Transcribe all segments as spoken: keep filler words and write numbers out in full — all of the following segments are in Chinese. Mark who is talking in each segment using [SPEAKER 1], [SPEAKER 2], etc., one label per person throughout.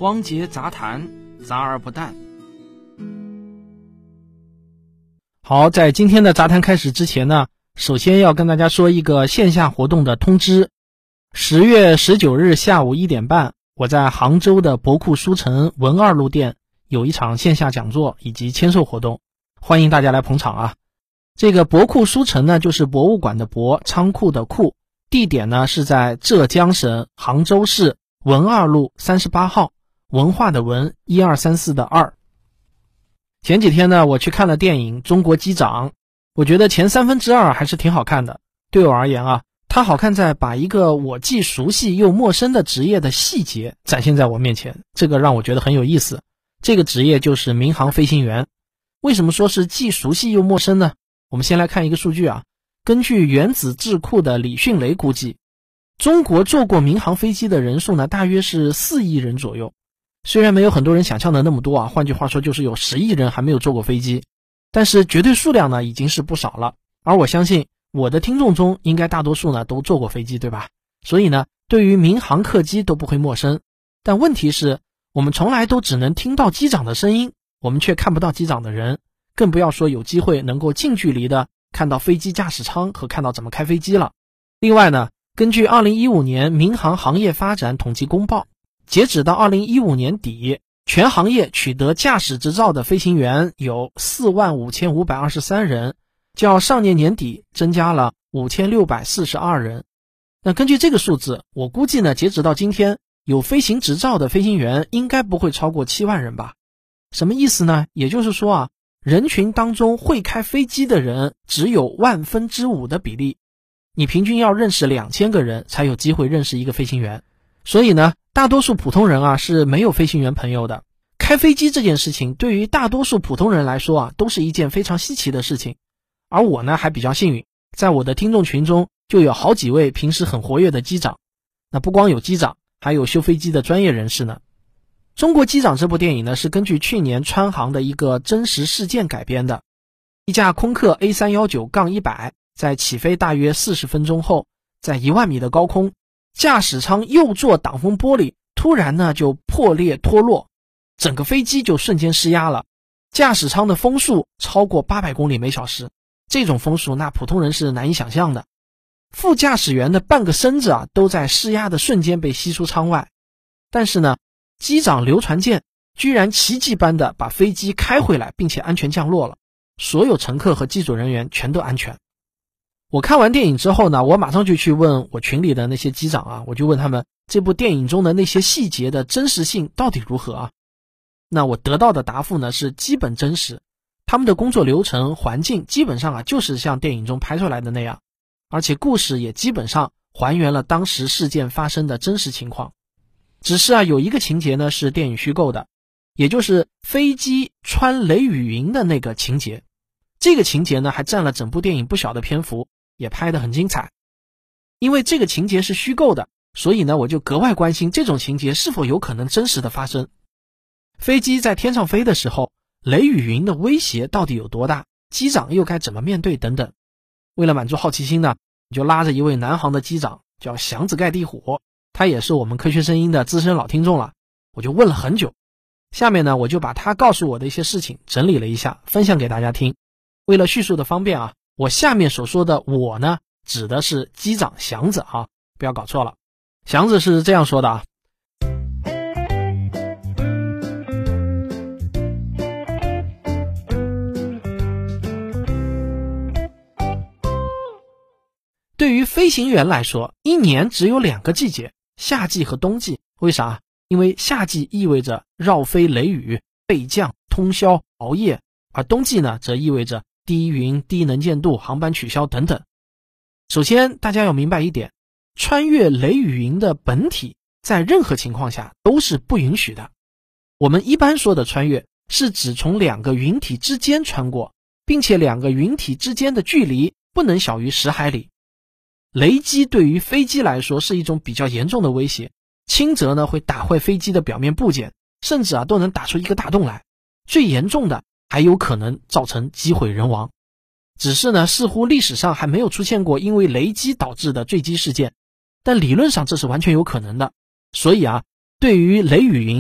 [SPEAKER 1] 汪杰杂谈，杂而不淡。好，在今天的杂谈开始之前呢，首先要跟大家说一个线下活动的通知。十月十九日下午一点半，我在杭州的博库书城文二路店有一场线下讲座以及签售活动，欢迎大家来捧场啊。这个博库书城呢，就是博物馆的博，仓库的库，地点呢是在浙江省杭州市文二路三十八号，文化的文，一二三四的二。前几天呢，我去看了电影《中国机长》，我觉得前三分之二还是挺好看的。对我而言啊，它好看在把一个我既熟悉又陌生的职业的细节展现在我面前，这个让我觉得很有意思。这个职业就是民航飞行员。为什么说是既熟悉又陌生呢？我们先来看一个数据啊，根据原子智库的李迅雷估计，中国坐过民航飞机的人数呢，大约是四亿人左右。虽然没有很多人想象的那么多啊，换句话说就是有十亿人还没有坐过飞机，但是绝对数量呢已经是不少了。而我相信我的听众中应该大多数呢都坐过飞机，对吧？所以呢，对于民航客机都不会陌生。但问题是，我们从来都只能听到机长的声音，我们却看不到机长的人，更不要说有机会能够近距离的看到飞机驾驶舱和看到怎么开飞机了。另外呢，根据二零一五年民航行业发展统计公报，截止到二零一五年底，全行业取得驾驶执照的飞行员有四万五千五百二十三人，较上年年底增加了五千六百四十二人。那根据这个数字，我估计呢，截止到今天，有飞行执照的飞行员应该不会超过七万人吧。什么意思呢？也就是说啊，人群当中会开飞机的人只有万分之五的比例，你平均要认识两千个人才有机会认识一个飞行员。所以呢，大多数普通人啊是没有飞行员朋友的。开飞机这件事情对于大多数普通人来说啊，都是一件非常稀奇的事情。而我呢还比较幸运，在我的听众群中就有好几位平时很活跃的机长。那不光有机长，还有修飞机的专业人士呢。中国机长这部电影呢，是根据去年川航的一个真实事件改编的。一架空客 A 三一九 一百 在起飞大约四十分钟后，在一万米的高空，驾驶舱右座挡风玻璃突然呢就破裂脱落，整个飞机就瞬间失压了。驾驶舱的风速超过八百公里每小时，这种风速那普通人是难以想象的。副驾驶员的半个身子啊都在失压的瞬间被吸出舱外。但是呢，机长刘传健居然奇迹般的把飞机开回来，并且安全降落了，所有乘客和机组人员全都安全。我看完电影之后呢，我马上就去问我群里的那些机长啊，我就问他们这部电影中的那些细节的真实性到底如何啊？那我得到的答复呢是基本真实，他们的工作流程环境基本上啊就是像电影中拍出来的那样，而且故事也基本上还原了当时事件发生的真实情况。只是啊有一个情节呢是电影虚构的，也就是飞机穿雷雨云的那个情节。这个情节呢还占了整部电影不小的篇幅，也拍得很精彩。因为这个情节是虚构的，所以呢我就格外关心这种情节是否有可能真实的发生。飞机在天上飞的时候，雷雨云的威胁到底有多大，机长又该怎么面对等等。为了满足好奇心呢，我就拉着一位南航的机长叫祥子盖地虎，他也是我们科学声音的资深老听众了，我就问了很久。下面呢我就把他告诉我的一些事情整理了一下，分享给大家听。为了叙述的方便啊，我下面所说的我呢指的是机长祥子啊，不要搞错了。祥子是这样说的啊，对于飞行员来说，一年只有两个季节，夏季和冬季。为啥？因为夏季意味着绕飞雷雨、备降、通宵、熬夜，而冬季呢则意味着低云、低能见度、航班取消等等。首先大家要明白一点，穿越雷雨云的本体在任何情况下都是不允许的。我们一般说的穿越是指从两个云体之间穿过，并且两个云体之间的距离不能小于十海里。雷击对于飞机来说是一种比较严重的威胁，轻则呢会打坏飞机的表面部件，甚至啊都能打出一个大洞来，最严重的还有可能造成机毁人亡。只是呢似乎历史上还没有出现过因为雷击导致的坠机事件，但理论上这是完全有可能的。所以啊，对于雷雨云，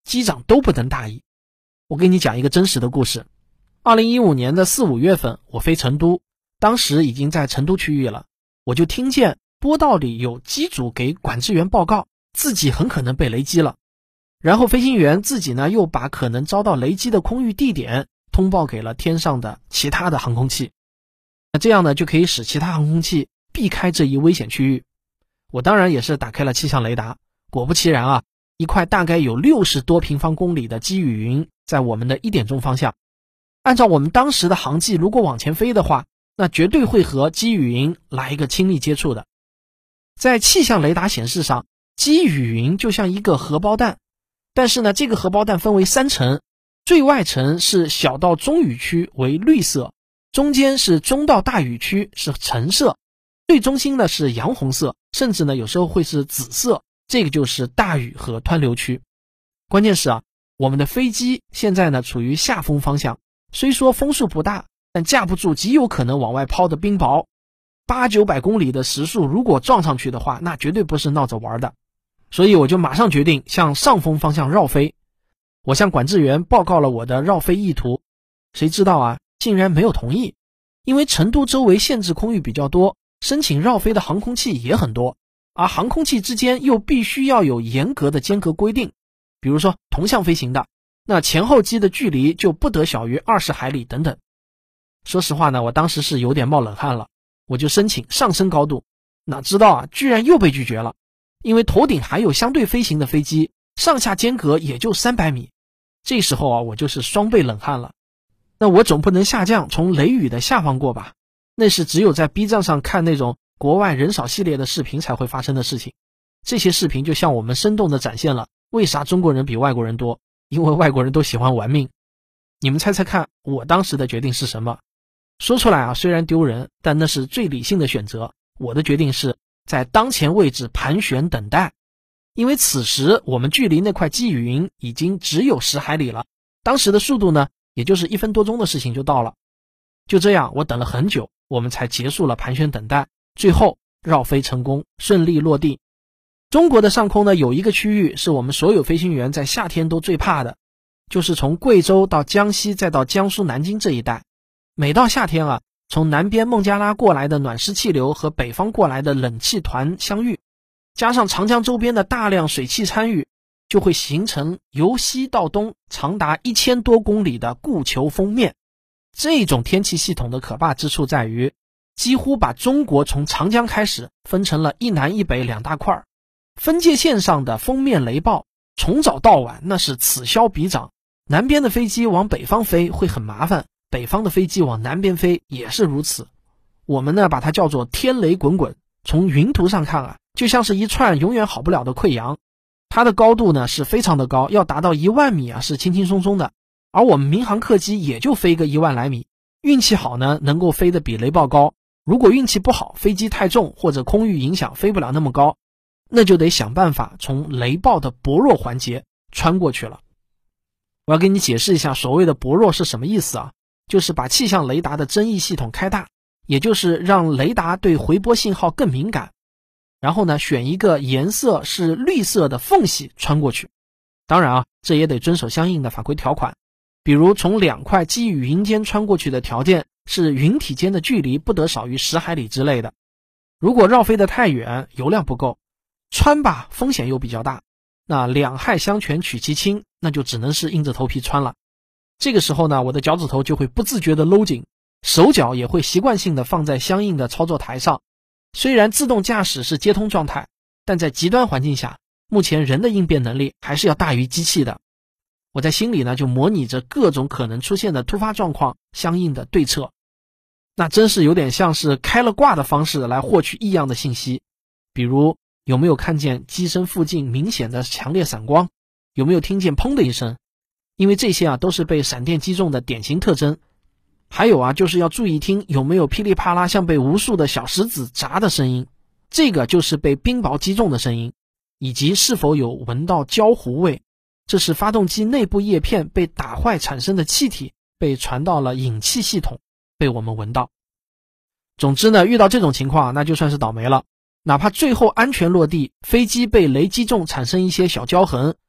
[SPEAKER 1] 机长都不能大意。我给你讲一个真实的故事。二零一五年的四五月份，我飞成都，当时已经在成都区域了，我就听见波道里有机组给管制员报告，自己很可能被雷击了。然后飞行员自己呢，又把可能遭到雷击的空域地点通报给了天上的其他的航空器。那这样呢，就可以使其他航空器避开这一危险区域。我当然也是打开了气象雷达，果不其然啊，一块大概有六十多平方公里的积雨云在我们的一点钟方向。按照我们当时的航迹，如果往前飞的话，那绝对会和积雨云来一个亲密接触的。在气象雷达显示上，积雨云就像一个荷包蛋，但是呢，这个荷包蛋分为三层，最外层是小到中雨区为绿色，中间是中到大雨区是橙色，最中心呢是洋红色，甚至呢有时候会是紫色，这个就是大雨和湍流区。关键是啊，我们的飞机现在呢处于下风方向，虽说风速不大，但架不住极有可能往外抛的冰雹，八九百公里的时速如果撞上去的话，那绝对不是闹着玩的。所以我就马上决定向上风方向绕飞。我向管制员报告了我的绕飞意图，谁知道啊，竟然没有同意。因为成都周围限制空域比较多，申请绕飞的航空器也很多，而航空器之间又必须要有严格的间隔规定。比如说同向飞行的，那前后机的距离就不得小于二十海里等等。说实话呢，我当时是有点冒冷汗了，我就申请上升高度，哪知道啊，居然又被拒绝了。因为头顶还有相对飞行的飞机，上下间隔也就三百米。这时候啊，我就是双倍冷汗了。那我总不能下降从雷雨的下方过吧？那是只有在 B 站上看那种国外人少系列的视频才会发生的事情。这些视频就向我们生动地展现了为啥中国人比外国人多，因为外国人都喜欢玩命。你们猜猜看，我当时的决定是什么？说出来啊，虽然丢人，但那是最理性的选择。我的决定是在当前位置盘旋等待，因为此时我们距离那块积雨云已经只有十海里了，当时的速度呢，也就是一分多钟的事情就到了。就这样，我等了很久，我们才结束了盘旋等待，最后绕飞成功，顺利落地。中国的上空呢，有一个区域是我们所有飞行员在夏天都最怕的，就是从贵州到江西再到江苏南京这一带。每到夏天啊，从南边孟加拉过来的暖湿气流和北方过来的冷气团相遇，加上长江周边的大量水汽参与，就会形成由西到东长达一千多公里的固球封面。这种天气系统的可怕之处在于，几乎把中国从长江开始分成了一南一北两大块，分界线上的封面雷暴从早到晚那是此消彼长，南边的飞机往北方飞会很麻烦，北方的飞机往南边飞也是如此。我们呢把它叫做天雷滚滚，从云图上看啊，就像是一串永远好不了的溃疡。它的高度呢是非常的高，要达到一万米啊是轻轻松松的，而我们民航客机也就飞个一万来米，运气好呢能够飞得比雷暴高，如果运气不好，飞机太重或者空域影响飞不了那么高，那就得想办法从雷暴的薄弱环节穿过去了。我要给你解释一下所谓的薄弱是什么意思啊，就是把气象雷达的增益系统开大，也就是让雷达对回波信号更敏感，然后呢选一个颜色是绿色的缝隙穿过去。当然啊，这也得遵守相应的法规条款，比如从两块积雨云间穿过去的条件是云体间的距离不得少于十海里之类的。如果绕飞得太远，油量不够，穿吧风险又比较大，那两害相权取其轻，那就只能是硬着头皮穿了。这个时候呢，我的脚趾头就会不自觉地搂紧，手脚也会习惯性地放在相应的操作台上。虽然自动驾驶是接通状态，但在极端环境下，目前人的应变能力还是要大于机器的。我在心里呢就模拟着各种可能出现的突发状况相应的对策，那真是有点像是开了挂的方式来获取异样的信息。比如有没有看见机身附近明显的强烈闪光，有没有听见砰的一声，因为这些啊都是被闪电击中的典型特征。还有啊，就是要注意听有没有噼里啪啦像被无数的小石子砸的声音，这个就是被冰雹击中的声音，以及是否有闻到焦糊味，这是发动机内部叶片被打坏产生的气体被传到了引气系统，被我们闻到。总之呢，遇到这种情况那就算是倒霉了，哪怕最后安全落地，飞机被雷击中产生一些小焦痕，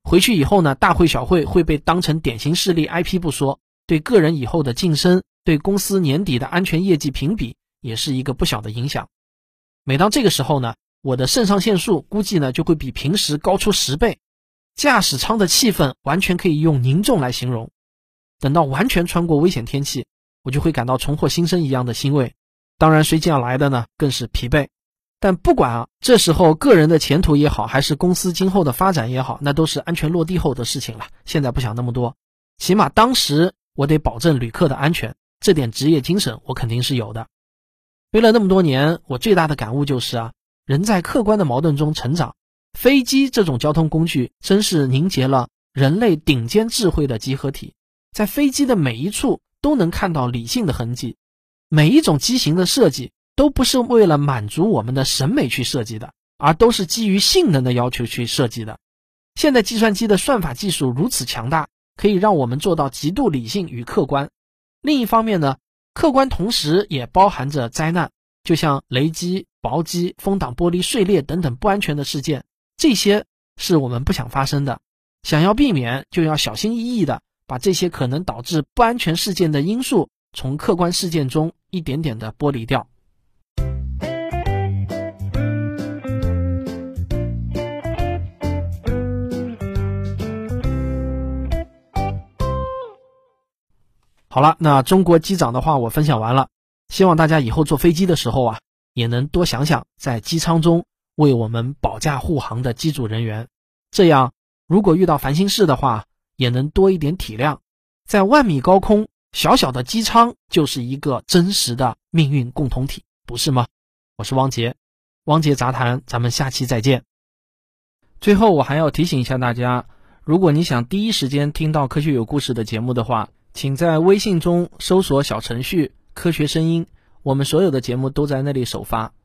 [SPEAKER 1] 回去以后呢，大会小会会被当成典型事例挨批不说，对个人以后的晋升，对公司年底的安全业绩评比也是一个不小的影响。每当这个时候呢，我的肾上腺素估计呢就会比平时高出十倍，驾驶舱的气氛完全可以用凝重来形容。等到完全穿过危险天气，我就会感到重获新生一样的欣慰，当然随即要来的呢更是疲惫。但不管啊，这时候个人的前途也好，还是公司今后的发展也好，那都是安全落地后的事情了，现在不想那么多。起码当时我得保证旅客的安全，这点职业精神我肯定是有的。飞了那么多年，我最大的感悟就是啊，人在客观的矛盾中成长，飞机这种交通工具真是凝结了人类顶尖智慧的集合体，在飞机的每一处都能看到理性的痕迹。每一种机型的设计都不是为了满足我们的审美去设计的，而都是基于性能的要求去设计的。现在计算机的算法技术如此强大，可以让我们做到极度理性与客观。另一方面呢，客观同时也包含着灾难，就像雷击、雹击、风挡玻璃碎裂等等不安全的事件，这些是我们不想发生的。想要避免，就要小心翼翼的把这些可能导致不安全事件的因素从客观事件中一点点的剥离掉。好了，那中国机长的话我分享完了，希望大家以后坐飞机的时候啊，也能多想想在机舱中为我们保驾护航的机组人员，这样如果遇到烦心事的话，也能多一点体谅。在万米高空，小小的机舱就是一个真实的命运共同体，不是吗？我是汪杰，汪杰杂谈，咱们下期再见。最后我还要提醒一下大家，如果你想第一时间听到科学有故事的节目的话，请在微信中搜索小程序科学声音，我们所有的节目都在那里首发。